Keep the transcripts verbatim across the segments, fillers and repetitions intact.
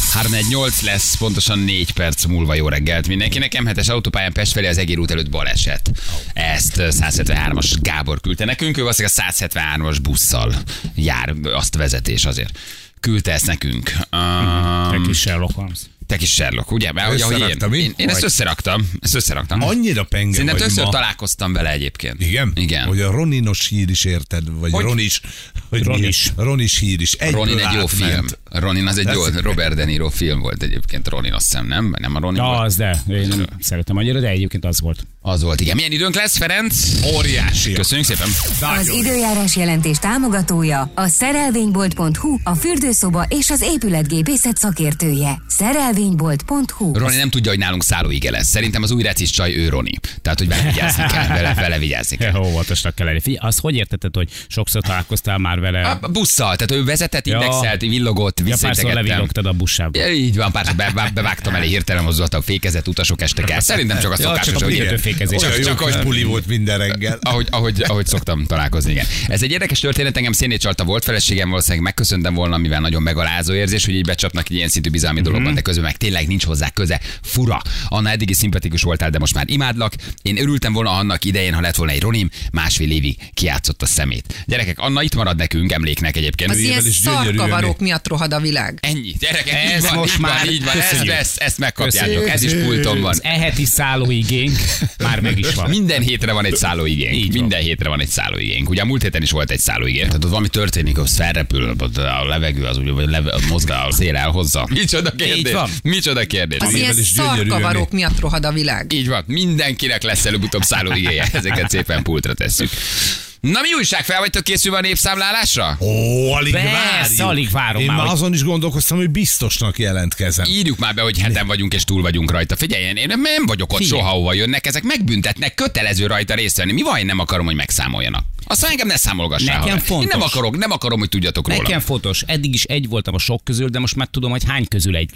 három egy nyolc lesz, pontosan négy perc múlva. Jó reggelt mindenkinek. em hetes autópályán Pest felé az Egér út előtt baleset. Ezt száz hetvenhármas Gábor küldte nekünk, ő valószínűleg a száz hetvenhármas busszal jár, azt vezetés azért. Küldte ezt nekünk. Um, Te kis Sherlock Holmes. Te kis Sherlock, ugye? Mert ahogy én, én, én ezt összeraktam. Ezt összeraktam. Annyira penge Szerintem vagy többször ma. találkoztam vele egyébként. Igen? Igen. Hogy a Roninos hír is érted, vagy Hogy? Ronis. Hogy Ronis. Ronis hír is. Egyből Ronin egy jó átment. film. Ronin az egy jó, Ez- Robert De Niro film volt egyébként. Ronin, azt hiszem, nem? Nem a Ronin Ja, volt? az de. Én nem szeretem annyira, de egyébként az volt. Az volt, igen. Milyen időnk lesz, Ferenc? Óriási. Köszönjük szépen. Az időjárás jelentés támogatója a szerelvénybolt pont hu, a fürdőszoba és az épületgépészet szakértője. szerelvénybolt pont hu. Roni nem tudja, hogy nálunk szállóige lesz. Szerintem az új recis csaj ő Roni. Tehát, hogy vele vigyázni kell. Vele, vele vigyázni kell. Óvatosnak kell lenni. Figyelj, azt hogy értetted, hogy sokszor találkoztál már vele? A busszal, tehát ő vezetett, Ja. indexelt, villogott, Ja, párszor visszaintegettem. levillogtad a bussába. Ja, így van, párszor be, bevágtam elé, hirtelen mozdultam, fékezett utasok estek el. Szerintem csak a Ja, szokásos, csak a hogy büntetőfékezés. Olyan csak, jó csak, kis hogy buli volt minden reggel. ahogy, ahogy, ahogy szoktam találkozni, igen. Ez egy érdekes történet, engem szénét csalta volt feleségem, valószínűleg megköszöntem volna, mivel nagyon megalázó érzés, hogy így becsapnak egy ilyen szintű bizalmi dologban, de közben meg tényleg nincs hozzá köze. Fura. Anna, eddig is szimpatikus voltál, de most már imádlak. Én örültem volna annak idején, ha lett volna egy Ronim, másfél évig kijátszott a szemét. Gyerekek, Anna itt marad nekünk emléknek egyébként. Az ilyen Őjével is gyönyörű szarkavarok jönni. miatt rohad a világ. Ennyi, gyerekek, Ez így van, most így van, már így van, ezt, köszönjük. ezt, ezt megkapjátok, Köszönjük. ez is pulton van. Az eheti szállóigénk már meg is van. Minden hétre van egy szállóigénk. Így van. Minden hétre van egy szállóigénk. Ugye a múlt héten is volt egy szállóigény. Tehát ott valami történik, az felrepül, ott a levegő az ugye, vagy leve, mozgál, a szél elhozza. Micsoda kérdés. van. Micsoda kérdés. Az ilyen is gyönyörű szarkavarok miatt rohad a világ. Így van, mindenkinek lesz előbb-utóbb szállóigéje. Ezeket szépen pultra tesszük. Na mi újság, fel vagytok készülve a népszámlálásra? Ó, alig Persze, várjuk. alig várom Én már, már hogy- azon is gondolkoztam, hogy biztosnak jelentkezem. Írjuk már be, hogy heten vagyunk és túl vagyunk rajta. Figyelj, én nem, nem vagyok ott Figyelj. soha, hova jönnek, ezek megbüntetnek, kötelező rajta részt venni. Mi van, én nem akarom, hogy megszámoljanak? Azt engem ne számolgassál. Nekem haver. Én nem fontos. akarok, nem akarom, hogy tudjatok róla. Nekem fontos. Eddig is egy voltam a sok közül, de most már tudom, hogy hány közül egy.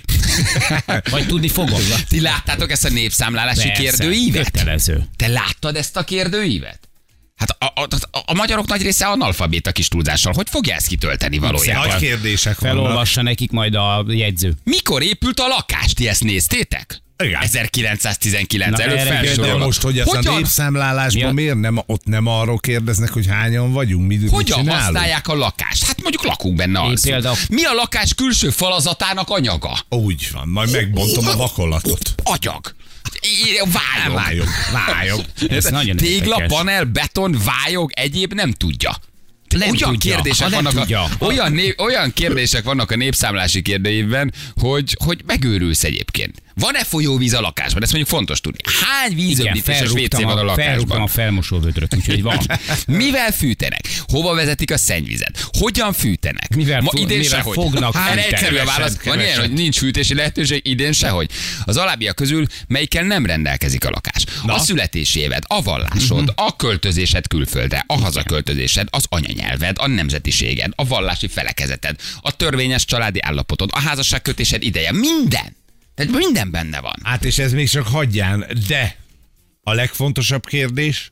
Vagy tudni fogom. Ti láttátok ezt a népszámlálási Persze, kérdőívet? kötelező. Te láttad ezt a kérdőívet? Hát a, a, a, a magyarok nagy része analfabéta kis túlzással. Hogy fogja ezt kitölteni valójában? Nagy kérdések vannak. Felolvassa nekik majd a jegyző. Mikor épült a lakás? Ti ezt néztétek? Igen. ezerkilencszáztizenkilenc Na, előtt erre De felsorolom. most, hogy ez Hogyan? a népszámlálásban Ja. miért nem, ott nem arról kérdeznek, hogy hányan vagyunk, mit, mit Hogyan csinálunk? használják a lakást? Hát mondjuk lakunk benne Én alszunk. például- Mi a lakás külső falazatának anyaga? Úgy van, majd megbontom a vakolatot. Agyag. É, Vályog. Vályog, vályog. Ez nagyon Tégla, érdekes. panel, beton, vályog, egyéb nem tudja. Nem olyan tudja. kérdések Ha nem vannak tudja. a, olyan, né, olyan kérdések vannak a népszámlási kérdőívben, hogy, hogy megőrülsz egyébként. Van-e folyóvíz a lakásban? Ez mondjuk fontos tudni. Hány vízöblítéses vé cé felrúgtam van a a, felrúgtam lakásban? a felmosóvödröt, úgyhogy van. Mivel fűtenek? Hova vezetik a szennyvizet? Hogyan fűtenek? Mivel Ma fo- idén mivel sehogy. fognak Erre fűteni? egyszerű a Keveset, válasz. Van ilyen, keveset. hogy nincs fűtési lehetőség, idén sehogy. Az alábbiak közül melyikkel nem rendelkezik a lakás? A születési éved, a vallásod, a költözésed külföldre, a hazaköltözésed, az anyanyelved, a nemzetiséged, a vallási felekezeted, a törvényes családi állapotod, a házasságkötésed ideje, minden. Tehát minden benne van. Hát és ez még csak hagyján, de a legfontosabb kérdés,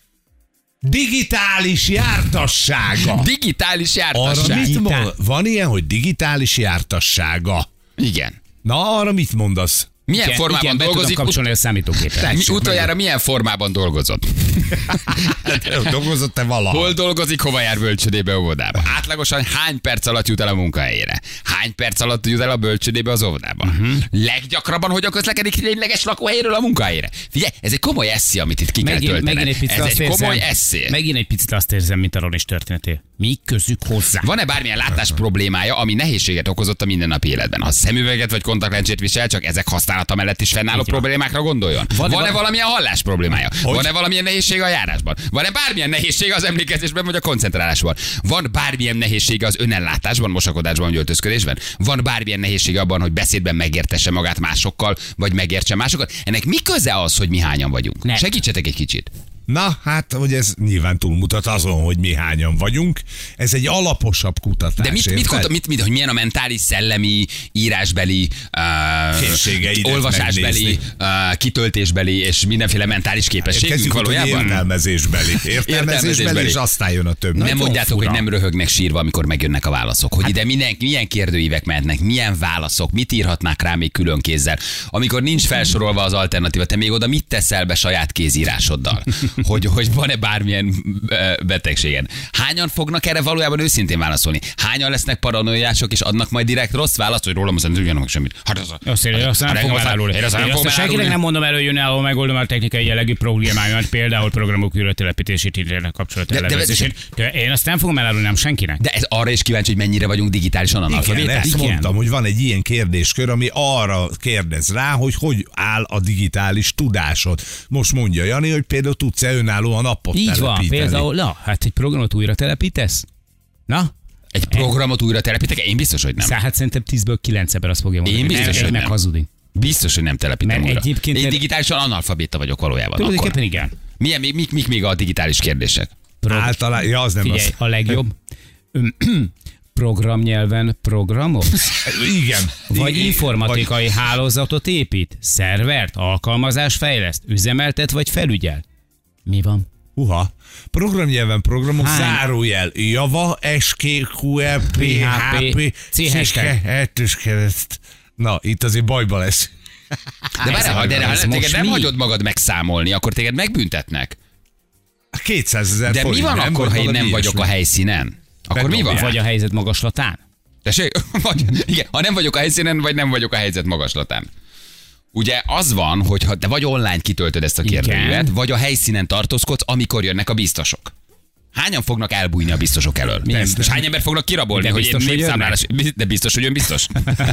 digitális jártassága. Digitális Arra jártasság. mit mond? Van ilyen, hogy digitális jártassága. Igen. Na, arra mit mondasz? Milyen Igen, formában igen, be tudom dolgozik? kapcsolni a számítógépet. Mi utoljára milyen formában dolgozott? Dolgozott-e valahol? Hol dolgozik, hova jár bölcsödébe, óvodába? Átlagosan hány perc alatt jut el a munkahelyére? Hány perc alatt jut el a bölcsödébe, az óvodába? Uh-huh. Leggyakrabban hogyan közlekedik tényleges lakóhelyéről a munkahelyére? Figyelj, ez egy komoly eszé, amit itt ki kell Megint, töltened. megint egy picit Ez azt egy komoly érzem, eszé. megint egy picit azt érzem, mint a Ronis történeté. Mi közük hozzá? Van-e bármilyen látás problémája, ami nehézséget okozott a mindennapi életben? Ha szemüveget vagy kontaktlencsét visel, csak ezek használata mellett is fennálló Így van. problémákra gondoljon. Van-e Van-e val- valamilyen hallás problémája? Hogy? Van-e valamilyen nehézség a járásban? Van-e bármilyen nehézség az emlékezésben vagy a koncentrálásban? Van bármilyen nehézség az önellátásban, mosakodásban vagy öltözködésben? Van bármilyen nehézség abban, hogy beszédben megértesse magát másokkal, vagy megértse másokat? Ennek mi köze az, hogy mi hányan vagyunk? Nem. Segítsetek egy kicsit. Na, hát, hogy ez nyilván túlmutat azon, hogy mi hányan vagyunk. Ez egy alaposabb kutatás. De mit, mit, érted? mit, mit, mit, hogy milyen a mentális, szellemi, írásbeli, uh, Készségeidet olvasásbeli, megnézni. uh, kitöltésbeli és mindenféle mentális képességünk Kezdjük ott, hogy valójában? értelmezésbeli. Értelmezésbeli, Értelmezésbeli. és aztán jön a többi. Nem Nagyon mondjátok, fura. hogy nem röhögnek sírva, amikor megjönnek a válaszok. Hogy ide minden, milyen kérdőívek mehetnek, milyen válaszok, mit írhatnák rá még külön kézzel. Amikor nincs felsorolva az alternatíva, te még oda mit teszel be saját kézírásoddal? Hogy, hogy van-e bármilyen ö, betegséged? Hányan fognak erre valójában őszintén válaszolni? Hányan lesznek paranoiások, és adnak majd direkt rossz választ, hogy rólam azt nem tudjanak meg semmit? Hát az, Azt én azt nem fogom elárulni. Én azt senkinek nem mondom elő, hogy önálló megoldom a technikai jellegű problémáimat, például programok újratelepítését, internet kapcsolat De- de- ellenőrzését. De én azt nem fogom elárulni, nem senkinek. De ez arra is kíváncsi, hogy mennyire vagyunk digitálisan Igen, analfabéták. ezt Igen. mondtam, hogy van egy ilyen kérdéskör, ami arra kérdez rá, hogy hogy áll a digitális tudásod. Most mondja Jani, hogy például tudsz-e önállóan appot Így van, telepíteni. például, na, hát egy programot újra telepítesz? Na? Egy programot újra telepítek? Én biztos, hogy nem. Szá, hát szerintem tízből kilenc ebben azt fogja mondani. Én biztos, nem, hogy meg nem. hazudik. Biztos, hogy nem telepítem Mert újra. egyébként Én er- digitálisan analfabéta vagyok valójában. Akkor. Tulajdonképpen igen. Milyen, mik, mik, mik még a digitális kérdések? Általában, ja, az nem Figyelj, az. a legjobb. Programnyelven programolsz? Igen. Vagy Igen. informatikai hálózatot épít? Szervert? Alkalmazás fejleszt? Üzemeltet vagy felügyel? Mi van? Uha. Programnyelven programok, Hány? zárójel, Java, es ká kú el, pé há pé, C hashtag. kettős kereszt. Na, itt azért bajba lesz. De Ez várjál, a- de ez ha most téged nem mi? hagyod magad megszámolni, akkor téged megbüntetnek. kétszázezer De mi forint, van nem? akkor, Vagy ha én nem valami vagyok a ilyesmi. helyszínen? Akkor mi van? Vagy a helyzet magaslatán? Tessék? Vagy, igen, ha nem vagyok a helyszínen, vagy nem vagyok a helyzet magaslatán. Ugye az van, hogy ha te vagy online kitöltöd ezt a Igen. kérdőívet, vagy a helyszínen tartózkodsz, amikor jönnek a biztosok. Hányan fognak elbújni a biztosok elől? És hány ember fognak kirabolni, De hogy biztos, én hogy népszámlálás... De biztos, hogy ön biztos?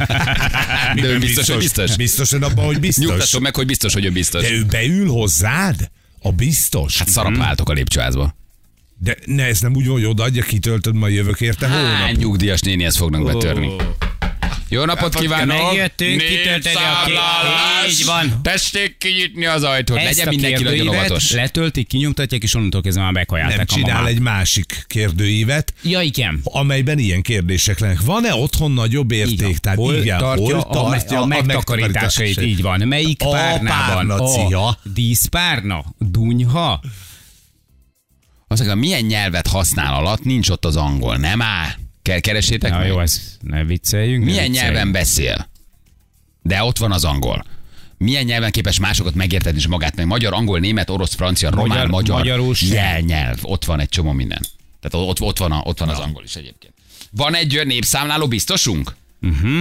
De ön biztos, hogy biztos? Biztosan abban, hogy biztos. Nyugtasson meg, hogy biztos, hogy ön biztos. De ő beül hozzád? A biztos? Hát szarap váltok a lépcsőházba. De ne, ez nem úgy van, hogy odaadja, kitöltöd, majd jövök érte Hány holnap. nyugdíjas nénihez fognak betörni? Jó napot kívánok! Megjöttünk kitölteni a Népszámlálás! ké- Így van. Tessék kinyitni az ajtót, Ezt legyen a mindenki nagyon kérdőívet óvatos. letöltik, kinyomtatják, és onnantól kezdve már bekajálták Nem a csinál mamát. egy másik kérdőívet, Ja, igen. amelyben ilyen kérdések lennek. Van-e otthon nagyobb Így van. érték? Tehát Hol igen, tartja, hol tartja a, a megtakarításait, így van. Melyik A párnában? párnacia. A díszpárna? Dunyha? Az, hogy milyen nyelvet használ alatt, nincs ott az angol, nem áll? Kell keresétek Na meg? jó, ez ne vicceljünk. ne Milyen vicceljünk. nyelven beszél? De ott van az angol. Milyen nyelven képes másokat megérteni és magát meg? Magyar, angol, német, orosz, francia, román, Magyar- magyar, magyarul sem. jelnyelv. Ott van egy csomó minden. Tehát ott, ott, van, a, ott van az angol is egyébként. Van egy népszámláló biztosunk? Uh-huh.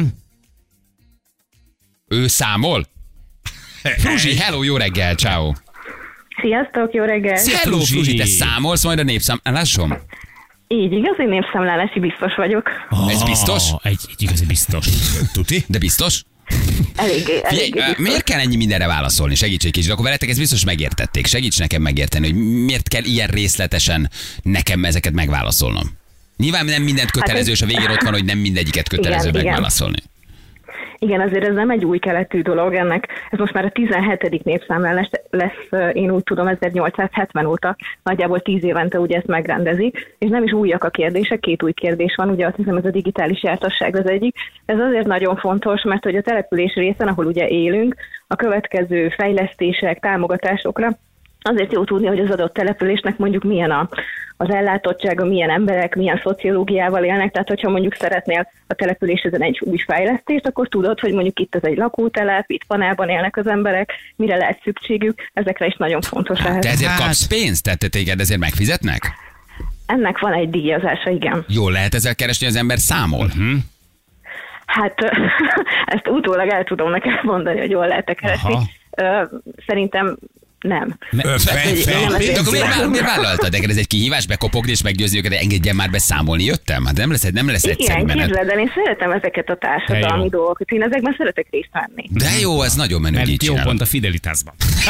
Ő számol? Fruzsi, hello, jó reggel, ciao. Sziasztok, jó reggel! Szia, Hello, Fruzsi. Fruzsi, te számolsz majd a népszámlálásom? Így igaz, én népszámlálási biztos vagyok. Ez biztos? Ah, Egy, egy igazi biztos. Tuti? De biztos? Eléggé, Figyelj, eléggé ö, biztos. miért kell ennyi mindenre válaszolni? Segíts egy kicsit, akkor veletek ezt biztos megértették. Segíts nekem megérteni, hogy miért kell ilyen részletesen nekem ezeket megválaszolnom. Nyilván nem mindent kötelező, és a végén ott van, hogy nem mindegyiket kötelező Igen, igen. megválaszolni. Igen, azért ez nem egy új keletű dolog, ennek ez most már a tizenhetedik népszámlálás lesz, én úgy tudom, ezernyolcszázhetven óta, nagyjából tíz évente ugye ezt megrendezi, és nem is újak a kérdések, két új kérdés van, ugye azt hiszem ez a digitális jártasság az egyik. Ez azért nagyon fontos, mert hogy a település részen, ahol ugye élünk, a következő fejlesztések, támogatásokra azért jó tudni, hogy az adott településnek mondjuk milyen a, az ellátottsága, milyen emberek, milyen szociológiával élnek. Tehát, hogyha mondjuk szeretnél a településen egy új fejlesztést, akkor tudod, hogy mondjuk itt ez egy lakótelep, itt panelban élnek az emberek, mire lehet szükségük, ezekre is nagyon fontos lehet. Te ezért Hát- kapsz pénzt? Tehát te téged ezért megfizetnek? Ennek van egy díjazása, igen. Jól lehet ezzel keresni, az ember számol? Hm? Hát ezt utólag el tudom neked mondani, hogy jól lehet keresni. Aha. Ö, Szerintem nem. Ö, fej- hogy fej- nem De azért akkor miért, tudom. vál- miért vállaltad? De ez egy kihívás, bekopogni és meggyőzni őket, de engedjen már be számolni, jöttem? Hát nem lesz, nem lesz egyszerű Igen, menet. képzeld el, én szeretem ezeket a társadalmi jó. dolgokat. Én ezekben szeretek részt venni. De jó, ez nagyon menő, hogy így Mert jó csinálod. pont a fidelitásban.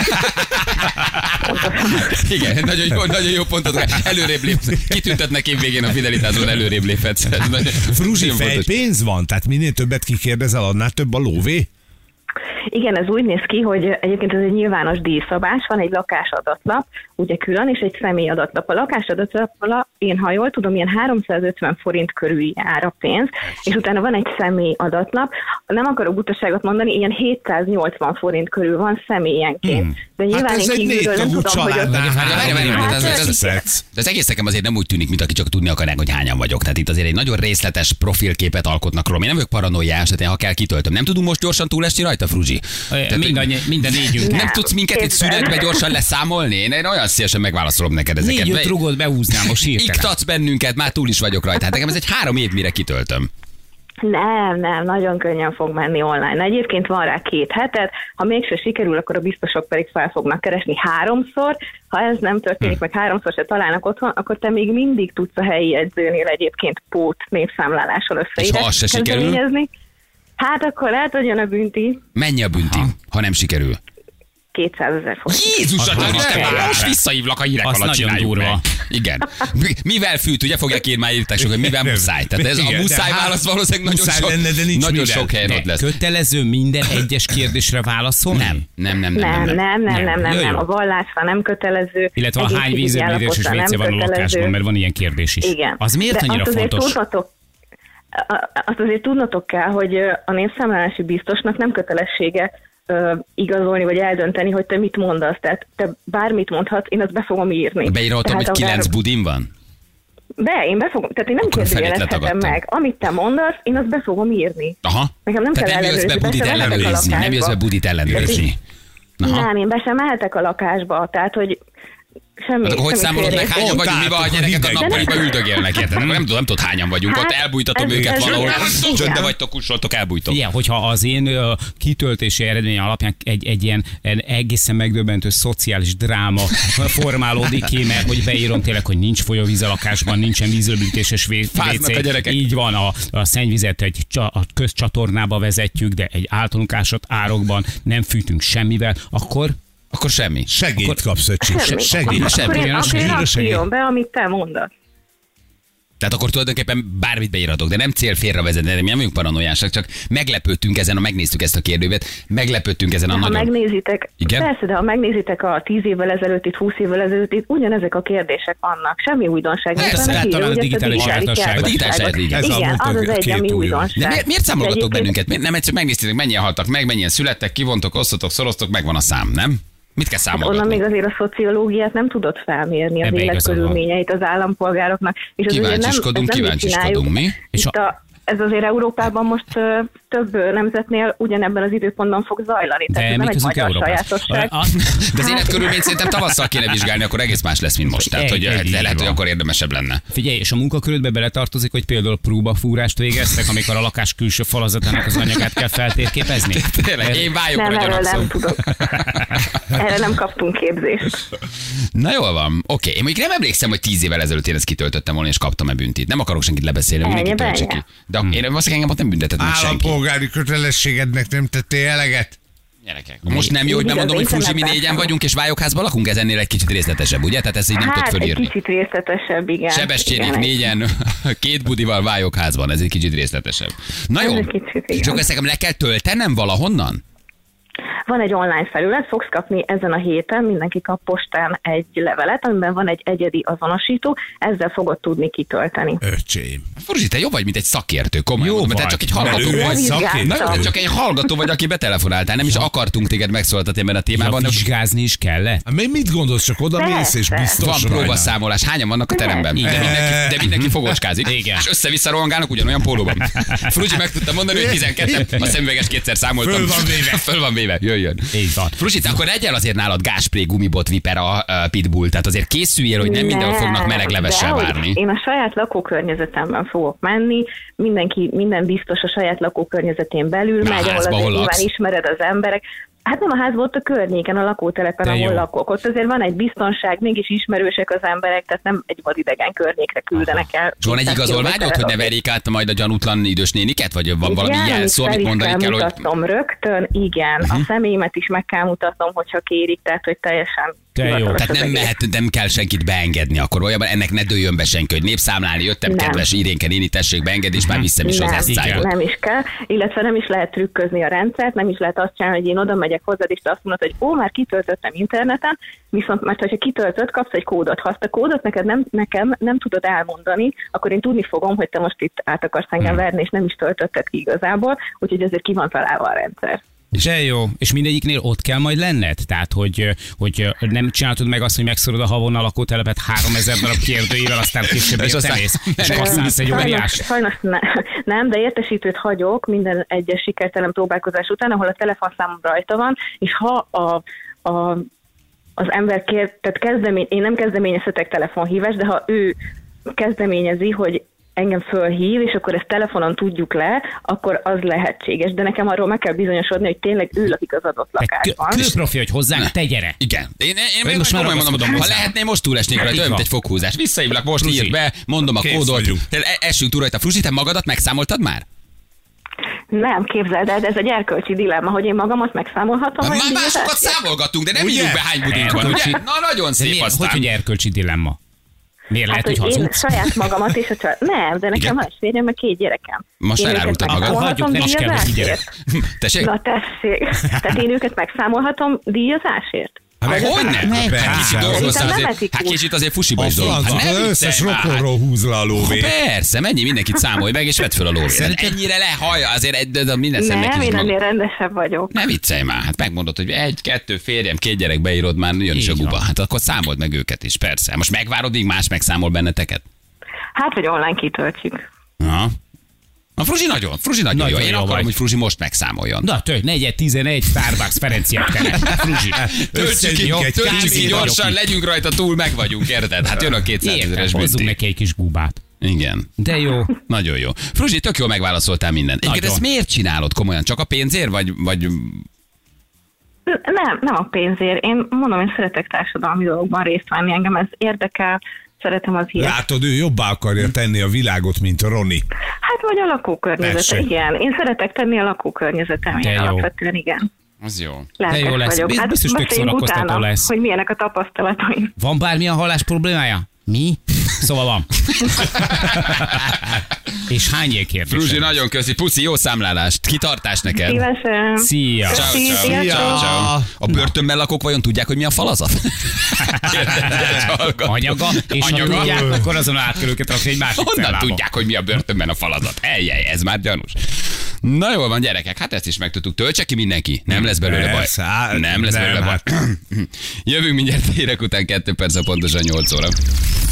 Igen, nagyon jó, nagyon jó pontot. Előrébb lépsz. Kitüntetnek évvégén a fidelitásban, előrébb léphetsz. Ez nagyon- Fruzsi, nagyon fontos. fejpénz van? Tehát minél többet kikérdezel, annál több a lóvé? Igen, ez úgy néz ki, hogy egyébként ez egy nyilvános díjszabás, van egy lakásadatlap, ugye külön, és egy személyadatlap. A lakásadatlapra, én ha jól tudom, ilyen háromszázötven forint körül jár a pénz, és utána van egy személyadatlap. Nem akarok butaságot mondani, ilyen hétszáznyolcvan forint körül van személyenként. Hmm. De nyilván hát én kívülről nem tudom, hogy ott... De az egész nekem azért nem úgy tűnik, mint aki csak tudni akarnák, hogy hányan vagyok. Tehát itt azért egy nagyon részletes profilképet alkotnak róla. Én nem vagyok paranoiás, tehát én ha kell kitöltöm. Nem tudunk most gyorsan túlesni rajta, Fruzsi? Minden, minden négyünk. Nem tudsz minket itt szünetbe gyorsan leszámolni? Én, én olyan szívesen megválaszolom neked ezeket. Négy-öt rugót behúznám most hirtelen. Iktatsz bennünket, már túl is vagyok rajta. Hát nekem ez egy három év, mire kitöltöm. Nem, nem, nagyon könnyen fog menni online. Egyébként van rá két heted, ha mégse sikerül, akkor a biztosok pedig fel fognak keresni háromszor. Ha ez nem történik, meg háromszor se találnak otthon, akkor te még mindig tudsz a helyi jegyzőnél egyébként pót népszámláláson összeírni. És ha az se sikerül? Hát akkor lehet, hogy jön a bünti. Mennyi a bünti, ha, ha nem sikerül? kétszázezer forint. Jézus, Isten, most visszahívlak a hírek alatt, csináljuk meg. Igen. Mivel fűt, ugye fogják írni már írtások, hogy mivel muszáj. Tehát ez a muszáj válasz valószínűleg nagyon sok, lenne, de nincs nagyon sok helyen ott lesz. Kötelező minden egyes kérdésre válaszolni? Nem, nem, nem, nem. Nem, nem, nem, nem, nem, nem. A vallásra nem kötelező. Illetve a hány vízöblítés és vécé van a lakásban, mert van ilyen kérdés is. Igen. Az miért annyira fontos? Azt azért tudnotok kell, hogy a népszámlálási biztosnak nem kötelessége uh, igazolni vagy eldönteni, hogy te mit mondasz. Tehát te bármit mondhatsz, én azt be fogom írni. Beírhatom, hogy kilenc bár... budim van? Be, én be fogom, tehát én nem kérdőjelezhetem meg. Amit te mondasz, én azt be fogom írni. Aha. Nekem nem tehát kell nem jössz be budit ellenőrizni. Nem jössz be budit ellenőrizni. Nem, én be sem mehetek a lakásba, tehát hogy semmi. Hát akkor hogy számolod meg, hányan vagyunk, mi van, a gyerekek a nappaliba üldögélnek, érted? Nem, nem tudom, nem tudod, hányan vagyunk. Hát, ott elbújtatom őket ez, valahol. Csöndbe vagytok, kussoltok, elbújtok. Igen, hogyha az én uh, kitöltési eredmény alapján egy, egy ilyen egészen megdöbbentő szociális dráma formálódik ki, mert hogy beírom tényleg, hogy nincs folyóvíz a lakásban, nincsen vízöblítéses vécé. Így van, a, a szennyvizet egy a közcsatornába vezetjük, de egy általunk ásott árokban nem fűtünk semmivel, akkor Akkor semmi. Segít akkor... kapsz, öcsi. Segít. Semmi. Akkor én, akkor én azt írom be, amit te mondasz. Tehát akkor tulajdonképpen bármit beírhatok, de nem cél félrevezetni, nem vagyunk paranoiásak, csak meglepődtünk ezen, ha megnéztük ezt a kérdővet, meglepődtünk ezen a de nagyon... Ha megnézitek, igen? Persze, de ha megnézitek a tíz évvel ezelőtt, itt húsz évvel ezelőtt, itt ugyanezek a kérdések vannak. Semmi újdonság. Persze, tehát talán a digitális jártasság. A digitális jártasság. Igen, az az egy, ami újdonság. De miért, miért számolgatok bennünket? Miért nem egyszer megnéztétek, mennyien haltak meg, mennyien születtek, kivontok, osztotok, szoroztok, megvan a szám, nem? Mit kell számolgatni? Hát onnan még azért a szociológiát nem tudod felmérni, az életkörülményeit az állampolgároknak. És kíváncsiskodunk, kíváncsiskodunk, mi? És a, ez azért Európában most uh, több nemzetnél ugyanebben az időpontban fog zajlani. De tehát nem egy magyar sajátosság. De az életkörülményt szerintem tavasszal kéne vizsgálni, akkor egész más lesz, mint most. Tehát, hogy lehet, hogy akkor érdemesebb lenne. Figyelj, és a munkakörödbe beletartozik, hogy például próbafúrást végeztek, amikor a lakás külső falazatának az anyagát kell feltérképezni? Tényleg, én vályokra gyanakszom. Nem tudok. Erre nem kaptunk képzést. Na jól van, oké. Én mondjuk nem emlékszem, hogy tíz évvel ezelőtt én ezt kitöltöttem volna, és kaptam-e büntit. Nem akarok senkit lebeszélni, mindenki töltse ki. De hmm. én valószínűleg engem ott nem büntetett meg senki. Állampolgári kötelességednek nem tettél eleget? Gyerekek. Most nem jó, hogy bemondom, hogy Fruzsi, mi négyen vagyunk, és vályokházban lakunk, ez ennél egy kicsit részletesebb, ugye? Tehát ezt így nem hát, tudod fölírni. egy kicsit részletesebb, igen. Sebestyenék négyen, két budival vályokházban, ez egy kicsit részletesebb. Na jó, és akkor ezt nekem le kell töltenem valahonnan? Van egy online felület, fogsz kapni ezen a héten, mindenki kap postán egy levelet, amiben van egy egyedi azonosító, ezzel fogod tudni kitölteni. Öcsém. Fruzsi, te jó vagy, mint egy szakértő, komolyan. Jó vagy. Csak egy hallgató vagy. Na, csak egy hallgató vagy, aki betelefonáltál, nem is akartunk téged megszólaltatni ebben a témában. Ja, vizsgázni is kellett? Hát, mit gondolsz, csak oda mész és biztos van próbaszámolás. Hányan vannak a teremben? De mindenki, de mindenki fogocskázik. Igen. És össze-vissza rohangálnak ugyanolyan pólóban. Fruzsi meg tudta mondani, hogy tizenkettő, a szemüveges kétszer számoltam. Föl van véve. Föl van véve. Jöjjön. Fruzsi, akkor egyel azért nálad gázspré, gumibot, vipera, pitbull, tehát azért készüljél, hogy nem, nem mindenhol fognak meleg levessel várni. Én a saját lakókörnyezetemben fogok menni, mindenki, minden biztos a saját lakókörnyezetén belül megy, ahol azért nyilván ismered az emberek. Hát nem a házban, ott a környéken, a lakótelepen, De ahol jó. lakok. Ott azért van egy biztonság, mégis ismerősek az emberek, tehát nem egy vadidegen környékre küldenek el. És van egy igazolványod, hogy ne verjék át majd a gyanútlan idős néniket? Vagy van valami igen, jelszó, amit mondani kell, hogy... mutatnom rögtön, igen. Uh-huh. A személyemet is meg kell mutatnom, hogyha kérik, tehát hogy teljesen... De jó. hivatalos Tehát az nem, egész. mehet, nem kell senkit beengedni akkor, valójában ennek ne dőljön be senki, hogy népszámlálni jöttem, Nem. kedves Irénke néni, tessék beengedni, és már viszem is az Nem, eszcájot. nem is kell, illetve nem is lehet trükközni a rendszert, nem is lehet azt csinálni, hogy én oda megyek hozzád, és te azt mondod, hogy ó, már kitöltöttem interneten, viszont mert ha kitöltött, kapsz egy kódot. Ha azt a kódot neked nem, nekem nem tudod elmondani, akkor én tudni fogom, hogy te most itt át akarsz engem Hmm. verni, és nem is töltötted ki igazából, úgyhogy ezért ki van találva a rendszer. De jó, és mindegyiknél ott kell majd lenned? Tehát, hogy, hogy nem csináltad meg azt, hogy megszorod a havonnal lakótelepet háromezer darab kérdőjével, aztán később És aztán- értenész, és használsz egy Sajnos, óriás. sajnos ne, nem, de értesítőt hagyok minden egyes sikertelen próbálkozás után, ahol a telefonszámom rajta van, és ha a, a, az ember kér, tehát kezdemény, én nem kezdeményezhetek telefonhívást, de ha ő kezdeményezi, hogy engem fölhív, és akkor ezt telefonon tudjuk le, akkor az lehetséges. De nekem arról meg kell bizonyosodni, hogy tényleg ő lakik az adott lakásban. Külprofi, hogy hozzánk, te gyere. Igen. Én, én, én, én most már komolyan mondom, ragaszkodom ha hozzá. lehetné, most túlesnék rajta, Így olyan, mint van. egy foghúzás. Visszahívlak, most Frusi. írd be, mondom a Kész kódot. vagyunk. Tehát e- Essünk túl rajta. Frusi, te magadat megszámoltad már? Nem, képzeld el, de ez egy erkölcsi dilemma, hogy én magamat megszámolhatom. Már vagy másokat díjazást? számolgatunk, de nem Ugye? írjuk be, hány budink van, ugye? Erkölcsi. Na, nagyon De szép miért, aztán. hogy, hogy erkölcsi dilemma? Miért Hát, lehet, hogy hogy én hazudsz? saját magamat és a család... Nem, de nekem Igen? van egy férjem, meg két gyerekem. Most Én őket elárultad magad. megszámolhatom Hagyjuk, ne is kell, hogy díjazásért? Tessék? Na tessék, tehát én őket megszámolhatom díjazásért? Hát meg Hogy nem? Hát Hát persze. kicsit dolgoztál Szerintem nem azért, etikus. hát kicsit azért fusiba A is dolgozol. franc, Hát az ne összes viccelj már. rokonról húz le a lóvét. Persze, mennyi mindenkit számolj meg, és vedd föl a lóvét. Hát ennyire lehallja, azért egy, de, de minden szemnek Nem, is én mag... ennél rendesebb vagyok. Ne viccelj már, hát megmondod, hogy egy, kettő férjem, két gyerek beírod, már jön is a Így guba. van. Hát akkor számold meg őket is, persze. Most megvárod, míg más megszámol benneteket? Hát, vagy online kitöltjük. Aha. A Fruzsi nagyon, Fruzsi nagyon, Nagyon jó. Én jó akarom, vagy. hogy Fruzsi most megszámoljon. Na, tök, negyed tizenegy, Starbucks, Ferenciek tere. Fruzsi. Töltsük ki, Összegyünk egy töltsük ki kávét, gyorsan, vagyok legyünk rajta túl, meg vagyunk, érted? Hát jön a kétszázezeres Érted, hozzunk bünti. neki egy kis gubát. Igen. De jó. Nagyon jó. Fruzsi, tök jól megválaszoltál mindent. Egyébként Nagyon. ezt miért csinálod komolyan? Csak a pénzért, vagy, vagy... Nem, nem a pénzért. Én mondom, én szeretek társadalmi dolgokban részt venni. Engem ez érdekel, szeretem az hírt. Látod, ő jobbá akarja tenni a világot, mint a Roni. Hát vagy a lakókörnyezete, Persze. igen. Én szeretek tenni a lakókörnyezetem, De én jó. alapvetően igen. Az jó. Lelkes jó lesz. vagyok. Biz- biztos tök meséljünk szórakoztató utána, lesz. hogy milyenek a tapasztalataim. Van bármilyen hallás problémája? Mi? Szóval van. És hány kérdés? Fruzsi, nagyon köszi. Puszi, jó számlálást. Kitartás neked. Szívesen. Szia! Ciao, Köszi, ciao, sziasztok. ciao, ciao. A börtönben lakók vajon tudják, hogy mi a falazat? Anyaga, és Anyaga. ha tudják, akkor azon át kell őket rakni egy másik Honnan cellába. tudják, hogy mi a börtönben a falazat? Eljej, ez már gyanús. Na jól van, gyerekek, hát ezt is megtudtuk. Töltse ki mindenki. Nem lesz belőle baj. Persze, á, Nem lesz nem, belőle baj. hát. Jövünk mindjárt hírek után, kettő perc, pontosan nyolc óra.